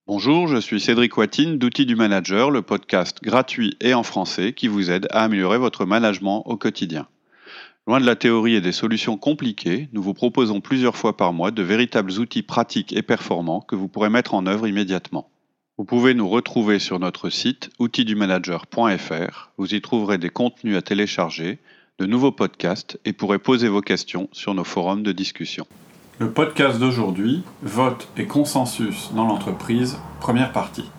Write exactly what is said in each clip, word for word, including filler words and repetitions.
Bonjour, je suis Cédric Watine d'Outils du Manager, le podcast gratuit et en français qui vous aide à améliorer votre management au quotidien. Loin de la théorie et des solutions compliquées, nous vous proposons plusieurs fois par mois de véritables outils pratiques et performants que vous pourrez mettre en œuvre immédiatement. Vous pouvez nous retrouver sur notre site outils du manager point f r. Vous y trouverez des contenus à télécharger, de nouveaux podcasts et pourrez poser vos questions sur nos forums de discussion. Le podcast d'aujourd'hui, vote et consensus dans l'entreprise, première partie.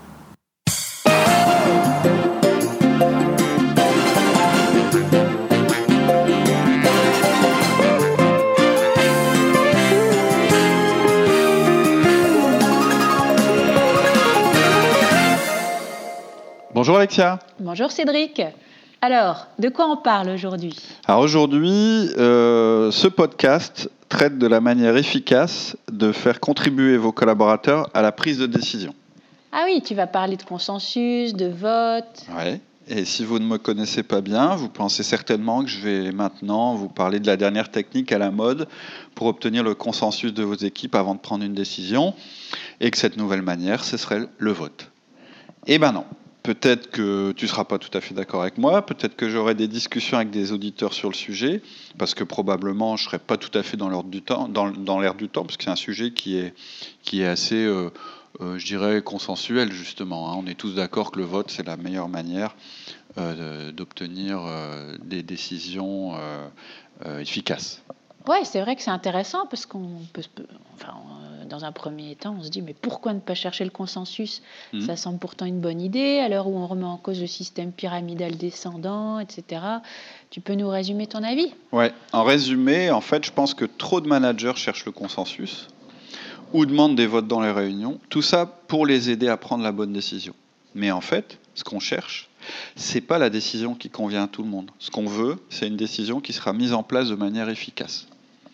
Bonjour Alexia. Bonjour Cédric. Alors, de quoi on parle aujourd'hui ? Alors aujourd'hui, euh, ce podcast traite de la manière efficace de faire contribuer vos collaborateurs à la prise de décision. Ah oui, tu vas parler de consensus, de vote. Oui, et si vous ne me connaissez pas bien, vous pensez certainement que je vais maintenant vous parler de la dernière technique à la mode pour obtenir le consensus de vos équipes avant de prendre une décision, et que cette nouvelle manière, ce serait le vote. Eh ben non. Peut-être que tu ne seras pas tout à fait d'accord avec moi, peut-être que j'aurai des discussions avec des auditeurs sur le sujet, parce que probablement je ne serai pas tout à fait dans l'air du temps, dans, dans l'air du temps, parce que c'est un sujet qui est, qui est assez, euh, euh, je dirais, consensuel, justement. Hein. On est tous d'accord que le vote, c'est la meilleure manière euh, d'obtenir euh, des décisions euh, euh, efficaces. Ouais, c'est vrai que c'est intéressant, parce qu'on peut, enfin, dans un premier temps, on se dit, mais pourquoi ne pas chercher le consensus ? Mmh. Ça semble pourtant une bonne idée, à l'heure où on remet en cause le système pyramidal descendant, et cetera. Tu peux nous résumer ton avis ? Ouais, en résumé, en fait, je pense que trop de managers cherchent le consensus ou demandent des votes dans les réunions, tout ça pour les aider à prendre la bonne décision. Mais en fait, ce qu'on cherche, c'est pas la décision qui convient à tout le monde. Ce qu'on veut, c'est une décision qui sera mise en place de manière efficace.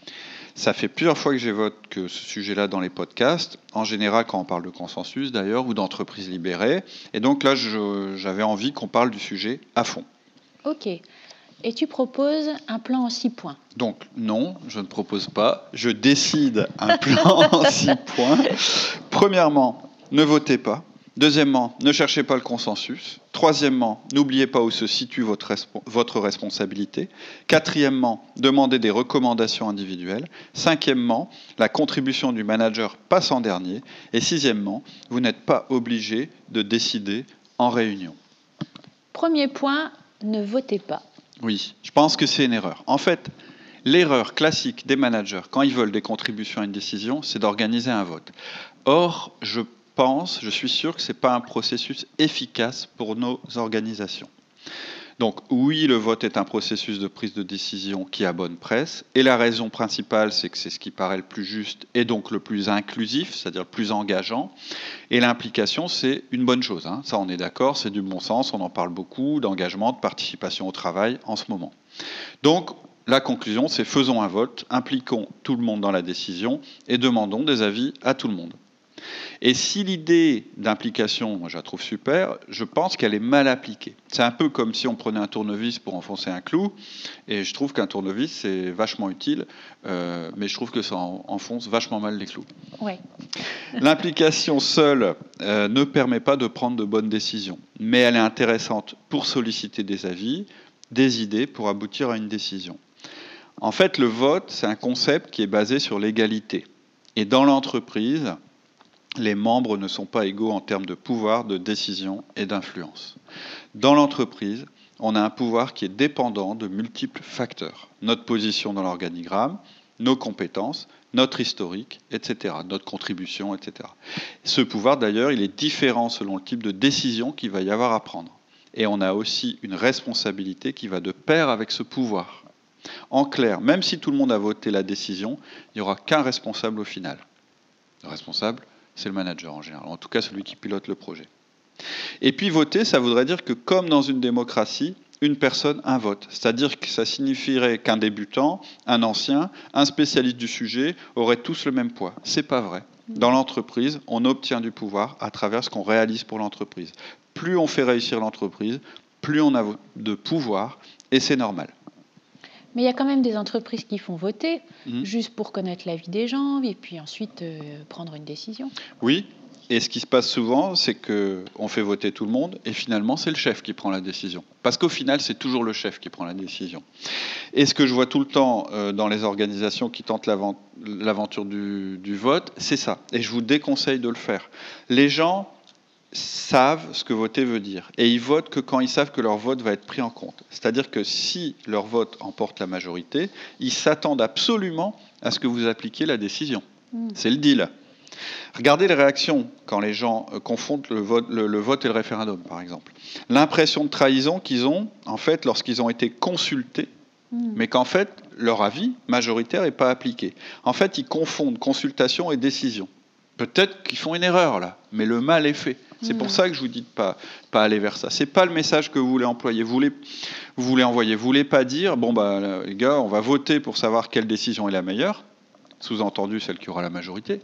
Ça fait plusieurs fois que j'évoque ce sujet-là dans les podcasts, en général quand on parle de consensus d'ailleurs, ou d'entreprise libérée. Et donc là, je, j'avais envie qu'on parle du sujet à fond. Ok. Et tu proposes un plan en six points ? Donc non, je ne propose pas. Je décide un plan en six points. Premièrement, ne votez pas. Deuxièmement, ne cherchez pas le consensus. Troisièmement, n'oubliez pas où se situe votre, resp- votre responsabilité. Quatrièmement, demandez des recommandations individuelles. Cinquièmement, la contribution du manager passe en dernier. Et sixièmement, vous n'êtes pas obligé de décider en réunion. Premier point, ne votez pas. Oui, je pense que c'est une erreur. En fait, l'erreur classique des managers, quand ils veulent des contributions à une décision, c'est d'organiser un vote. Or, je pense, je suis sûr que ce n'est pas un processus efficace pour nos organisations. Donc oui, le vote est un processus de prise de décision qui a bonne presse, et la raison principale, c'est que c'est ce qui paraît le plus juste et donc le plus inclusif, c'est-à-dire le plus engageant, et l'implication, c'est une bonne chose, hein. Ça on est d'accord, c'est du bon sens, on en parle beaucoup, d'engagement, de participation au travail en ce moment. Donc la conclusion, c'est faisons un vote, impliquons tout le monde dans la décision et demandons des avis à tout le monde. Et si l'idée d'implication, moi je la trouve super, je pense qu'elle est mal appliquée. C'est un peu comme si on prenait un tournevis pour enfoncer un clou, et je trouve qu'un tournevis c'est vachement utile, euh, mais je trouve que ça enfonce vachement mal les clous. Ouais. L'implication seule euh, ne permet pas de prendre de bonnes décisions, mais elle est intéressante pour solliciter des avis, des idées pour aboutir à une décision. En fait, le vote, c'est un concept qui est basé sur l'égalité. Et dans l'entreprise, les membres ne sont pas égaux en termes de pouvoir, de décision et d'influence. Dans l'entreprise, on a un pouvoir qui est dépendant de multiples facteurs. Notre position dans l'organigramme, nos compétences, notre historique, et cetera, notre contribution, et cetera. Ce pouvoir, d'ailleurs, il est différent selon le type de décision qu'il va y avoir à prendre. Et on a aussi une responsabilité qui va de pair avec ce pouvoir. En clair, même si tout le monde a voté la décision, il n'y aura qu'un responsable au final. Le responsable, c'est le manager en général, en tout cas celui qui pilote le projet. Et puis voter, ça voudrait dire que comme dans une démocratie, une personne, un vote. C'est-à-dire que ça signifierait qu'un débutant, un ancien, un spécialiste du sujet auraient tous le même poids. C'est pas vrai. Dans l'entreprise, on obtient du pouvoir à travers ce qu'on réalise pour l'entreprise. Plus on fait réussir l'entreprise, plus on a de pouvoir, et c'est normal. Mais il y a quand même des entreprises qui font voter, Mmh. juste pour connaître l'avis des gens, et puis ensuite euh, prendre une décision. Oui, Et ce qui se passe souvent, c'est qu'on fait voter tout le monde, et finalement, c'est le chef qui prend la décision. Parce qu'au final, c'est toujours le chef qui prend la décision. Et ce que je vois tout le temps euh, dans les organisations qui tentent l'aventure du, du vote, c'est ça. Et je vous déconseille de le faire. Les gens savent ce que voter veut dire. Et ils votent que quand ils savent que leur vote va être pris en compte. C'est-à-dire que si leur vote emporte la majorité, ils s'attendent absolument à ce que vous appliquiez la décision. Mmh. C'est le deal. Regardez les réactions quand les gens confondent le vote, le, le vote et le référendum, par exemple. L'impression de trahison qu'ils ont, en fait, lorsqu'ils ont été consultés, mmh. mais qu'en fait, leur avis majoritaire n'est pas appliqué. En fait, ils confondent consultation et décision. Peut-être qu'ils font une erreur, là, mais le mal est fait. C'est mmh. pour ça que je vous dis de ne pas, pas aller vers ça. Ce n'est pas le message que vous voulez employer. Vous voulez, vous voulez envoyer. Vous ne voulez pas dire, bon, bah, les gars, on va voter pour savoir quelle décision est la meilleure, sous-entendu celle qui aura la majorité.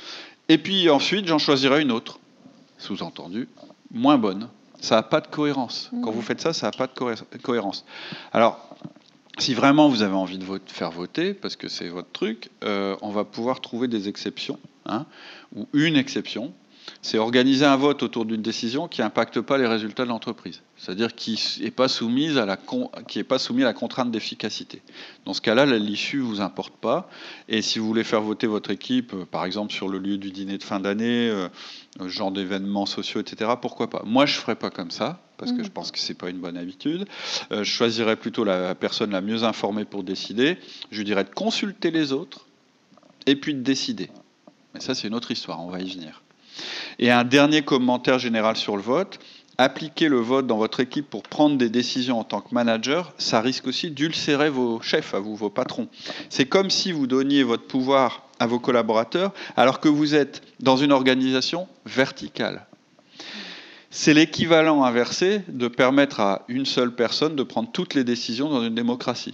Et puis ensuite, j'en choisirai une autre, sous-entendu, moins bonne. Ça n'a pas de cohérence. Mmh. Quand vous faites ça, ça n'a pas de cohé- cohérence. Alors, si vraiment vous avez envie de vote, faire voter, parce que c'est votre truc, euh, on va pouvoir trouver des exceptions, hein, ou une exception. C'est organiser un vote autour d'une décision qui n'impacte pas les résultats de l'entreprise. C'est-à-dire qui n'est pas soumise à la con, qui est pas soumis à la contrainte d'efficacité. Dans ce cas-là, l'issue ne vous importe pas. Et si vous voulez faire voter votre équipe, par exemple sur le lieu du dîner de fin d'année, euh, genre d'événements sociaux, et cetera, pourquoi pas ? Moi, je ne ferais pas comme ça, parce que je pense que ce n'est pas une bonne habitude. Euh, je choisirais plutôt la personne la mieux informée pour décider. Je lui dirais de consulter les autres et puis de décider. Mais ça, c'est une autre histoire, on va y venir. Et un dernier commentaire général sur le vote. Appliquer le vote dans votre équipe pour prendre des décisions en tant que manager, ça risque aussi d'ulcérer vos chefs, à vous, vos patrons. C'est comme si vous donniez votre pouvoir à vos collaborateurs alors que vous êtes dans une organisation verticale. C'est l'équivalent inversé de permettre à une seule personne de prendre toutes les décisions dans une démocratie.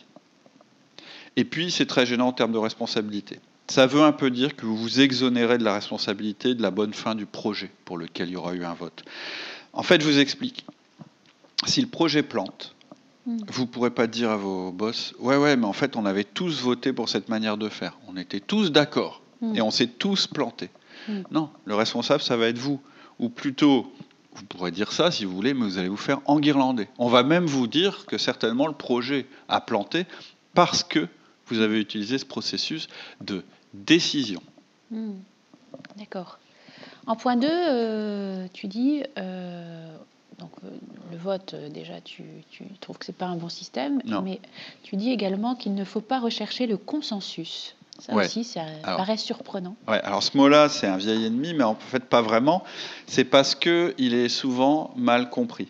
Et puis, c'est très gênant en termes de responsabilité. Ça veut un peu dire que vous vous exonérez de la responsabilité de la bonne fin du projet pour lequel il y aura eu un vote. En fait, je vous explique. Si le projet plante, mmh. vous ne pourrez pas dire à vos boss « Ouais, ouais, mais en fait, on avait tous voté pour cette manière de faire. On était tous d'accord mmh. et on s'est tous plantés. Mmh. » Non, le responsable, ça va être vous. Ou plutôt, vous pourrez dire ça si vous voulez, mais vous allez vous faire enguirlander. On va même vous dire que certainement le projet a planté parce que vous avez utilisé ce processus de décision. Mmh. D'accord. En point deux, euh, tu dis, euh, donc, euh, le vote, euh, déjà, tu, tu trouves que ce n'est pas un bon système, non. mais tu dis également qu'il ne faut pas rechercher le consensus. Ça ouais. aussi, ça alors, paraît surprenant. Ouais, alors ce mot-là, c'est un vieil ennemi, mais en fait, pas vraiment. C'est parce qu'il est souvent mal compris.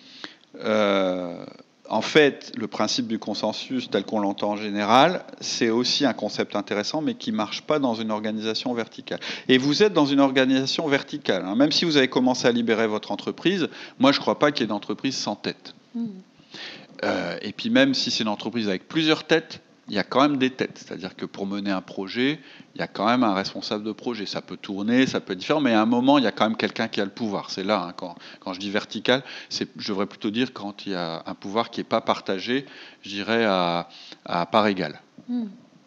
Euh, En fait, le principe du consensus, tel qu'on l'entend en général, c'est aussi un concept intéressant, mais qui ne marche pas dans une organisation verticale. Et vous êtes dans une organisation verticale. Hein. Même si vous avez commencé à libérer votre entreprise, moi, je ne crois pas qu'il y ait d'entreprise sans tête. Mmh. Euh, et puis même si c'est une entreprise avec plusieurs têtes, il y a quand même des têtes. C'est-à-dire que pour mener un projet, il y a quand même un responsable de projet. Ça peut tourner, ça peut être différent, mais à un moment, il y a quand même quelqu'un qui a le pouvoir. C'est là, hein, quand, quand je dis vertical, c'est, je devrais plutôt dire quand il y a un pouvoir qui n'est pas partagé, je dirais à, à part égale. Mm.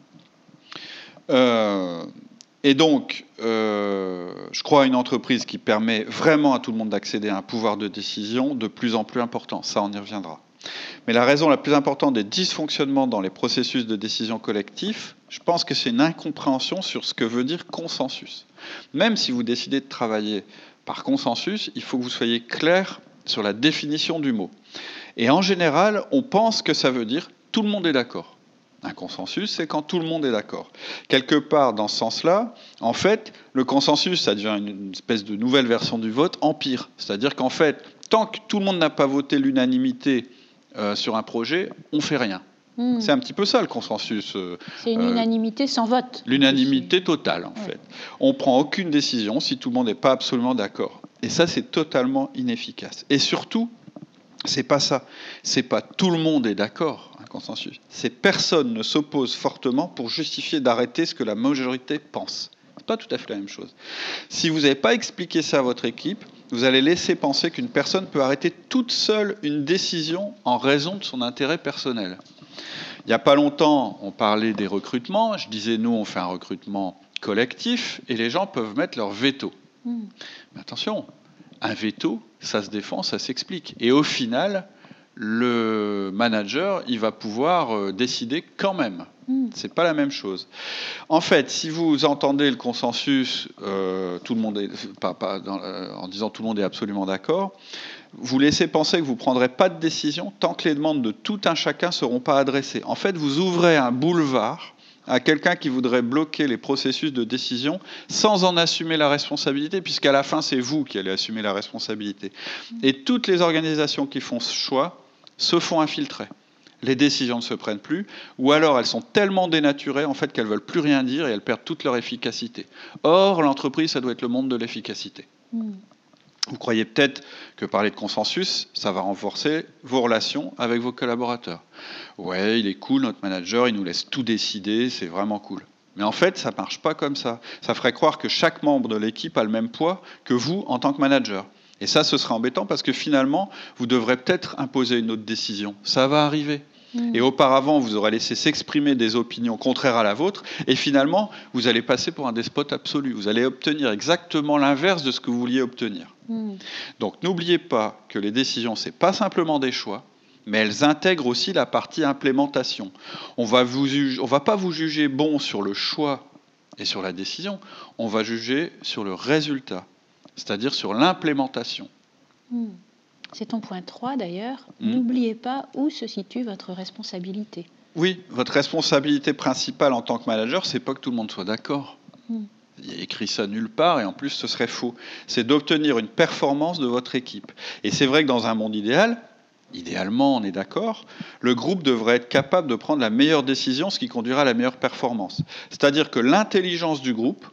Euh, et donc, euh, je crois à une entreprise qui permet vraiment à tout le monde d'accéder à un pouvoir de décision de plus en plus important. Ça, on y reviendra. Mais la raison la plus importante des dysfonctionnements dans les processus de décision collectifs, je pense que c'est une incompréhension sur ce que veut dire consensus. Même si vous décidez de travailler par consensus, il faut que vous soyez clair sur la définition du mot. Et en général, on pense que ça veut dire tout le monde est d'accord. Un consensus, c'est quand tout le monde est d'accord. Quelque part, dans ce sens-là, en fait, le consensus, ça devient une espèce de nouvelle version du vote empire. C'est-à-dire qu'en fait, tant que tout le monde n'a pas voté l'unanimité Euh, sur un projet, on ne fait rien. Mmh. C'est un petit peu ça le consensus. Euh, c'est une euh, unanimité sans vote. L'unanimité totale, en ouais. fait. On ne prend aucune décision si tout le monde n'est pas absolument d'accord. Et ça, c'est totalement inefficace. Et surtout, c'est pas ça. C'est pas tout le monde est d'accord, un consensus. C'est personne ne s'oppose fortement pour justifier d'arrêter ce que la majorité pense. C'est pas tout à fait la même chose. Si vous n'avez pas expliqué ça à votre équipe, vous allez laisser penser qu'une personne peut arrêter toute seule une décision en raison de son intérêt personnel. Il n'y a pas longtemps, on parlait des recrutements. Je disais, nous, on fait un recrutement collectif et les gens peuvent mettre leur veto. Mmh. Mais attention, un veto, ça se défend, ça s'explique. Et au final, le manager, il va pouvoir euh, décider quand même. Mmh. C'est pas la même chose. En fait, si vous entendez le consensus, euh, tout le monde est, pas, pas dans, euh, en disant tout le monde est absolument d'accord, vous laissez penser que vous ne prendrez pas de décision tant que les demandes de tout un chacun ne seront pas adressées. En fait, vous ouvrez un boulevard à quelqu'un qui voudrait bloquer les processus de décision sans en assumer la responsabilité, puisqu'à la fin, c'est vous qui allez assumer la responsabilité. Et toutes les organisations qui font ce choix se font infiltrer. Les décisions ne se prennent plus, ou alors elles sont tellement dénaturées en fait, qu'elles ne veulent plus rien dire et elles perdent toute leur efficacité. Or, l'entreprise, ça doit être le monde de l'efficacité. Mmh. Vous croyez peut-être que parler de consensus, ça va renforcer vos relations avec vos collaborateurs. Ouais, il est cool, notre manager, il nous laisse tout décider, c'est vraiment cool. Mais en fait, ça ne marche pas comme ça. Ça ferait croire que chaque membre de l'équipe a le même poids que vous en tant que manager. Et ça, ce serait embêtant parce que finalement, vous devrez peut-être imposer une autre décision. Ça va arriver. Mmh. Et auparavant, vous aurez laissé s'exprimer des opinions contraires à la vôtre, et finalement, vous allez passer pour un despote absolu. Vous allez obtenir exactement l'inverse de ce que vous vouliez obtenir. Mmh. Donc, n'oubliez pas que les décisions, ce n'est pas simplement des choix, mais elles intègrent aussi la partie implémentation. On va vous juger, on va pas vous juger bon sur le choix et sur la décision, on va juger sur le résultat, c'est-à-dire sur l'implémentation. Mmh. C'est ton point trois d'ailleurs. Mmh. N'oubliez pas où se situe votre responsabilité. Oui, votre responsabilité principale en tant que manager, c'est pas que tout le monde soit d'accord. Mmh. Il y a écrit ça nulle part et en plus ce serait faux. C'est d'obtenir une performance de votre équipe. Et c'est vrai que dans un monde idéal, idéalement on est d'accord, le groupe devrait être capable de prendre la meilleure décision, ce qui conduira à la meilleure performance. C'est-à-dire que l'intelligence du groupe,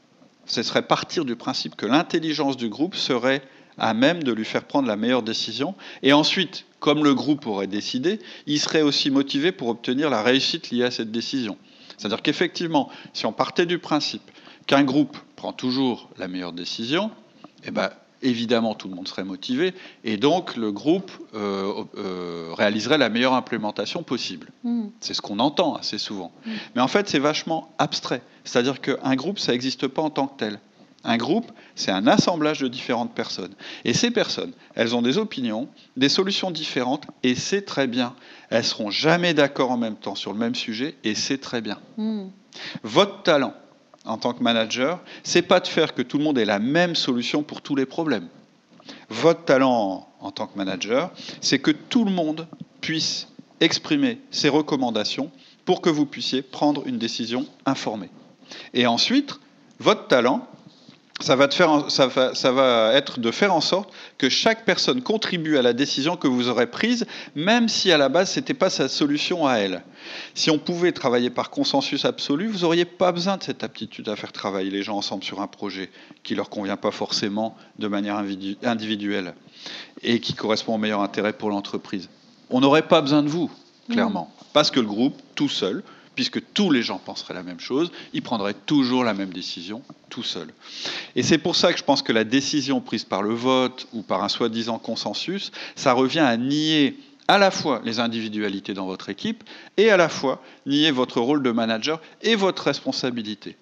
ce serait partir du principe que l'intelligence du groupe serait à même de lui faire prendre la meilleure décision. Et ensuite, comme le groupe aurait décidé, il serait aussi motivé pour obtenir la réussite liée à cette décision. C'est-à-dire qu'effectivement, si on partait du principe qu'un groupe prend toujours la meilleure décision, eh ben, évidemment, tout le monde serait motivé, et donc le groupe euh, euh, réaliserait la meilleure implémentation possible. Mmh. C'est ce qu'on entend assez souvent. Mmh. Mais en fait, c'est vachement abstrait. C'est-à-dire qu'un groupe, ça n'existe pas en tant que tel. Un groupe, c'est un assemblage de différentes personnes. Et ces personnes, elles ont des opinions, des solutions différentes, et c'est très bien. Elles ne seront jamais d'accord en même temps sur le même sujet, et c'est très bien. Mmh. Votre talent, en tant que manager, c'est pas de faire que tout le monde ait la même solution pour tous les problèmes. Votre talent, en, en tant que manager, c'est que tout le monde puisse exprimer ses recommandations pour que vous puissiez prendre une décision informée. Et ensuite, votre talent, Ça va, te faire, ça, va, ça va être de faire en sorte que chaque personne contribue à la décision que vous aurez prise, même si à la base, ce n'était pas sa solution à elle. Si on pouvait travailler par consensus absolu, vous n'auriez pas besoin de cette aptitude à faire travailler les gens ensemble sur un projet qui ne leur convient pas forcément de manière individuelle et qui correspond au meilleur intérêt pour l'entreprise. On n'aurait pas besoin de vous, clairement, mmh. parce que le groupe, tout seul, puisque tous les gens penseraient la même chose, ils prendraient toujours la même décision, tout seul. Et c'est pour ça que je pense que la décision prise par le vote ou par un soi-disant consensus, ça revient à nier à la fois les individualités dans votre équipe et à la fois nier votre rôle de manager et votre responsabilité.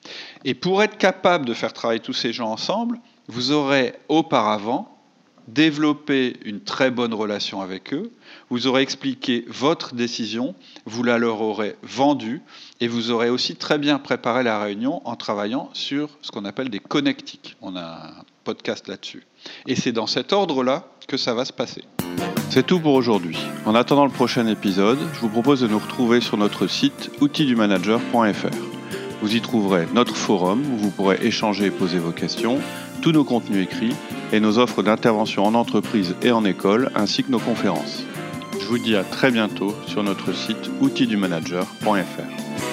Et pour être capable de faire travailler tous ces gens ensemble, vous aurez auparavant développer une très bonne relation avec eux, vous aurez expliqué votre décision, vous la leur aurez vendue, et vous aurez aussi très bien préparé la réunion en travaillant sur ce qu'on appelle des connectiques. On a un podcast là-dessus. Et c'est dans cet ordre-là que ça va se passer. C'est tout pour aujourd'hui. En attendant le prochain épisode, je vous propose de nous retrouver sur notre site outils du manager point f r. Vous y trouverez notre forum où vous pourrez échanger et poser vos questions, tous nos contenus écrits et nos offres d'intervention en entreprise et en école, ainsi que nos conférences. Je vous dis à très bientôt sur notre site outils du manager point f r.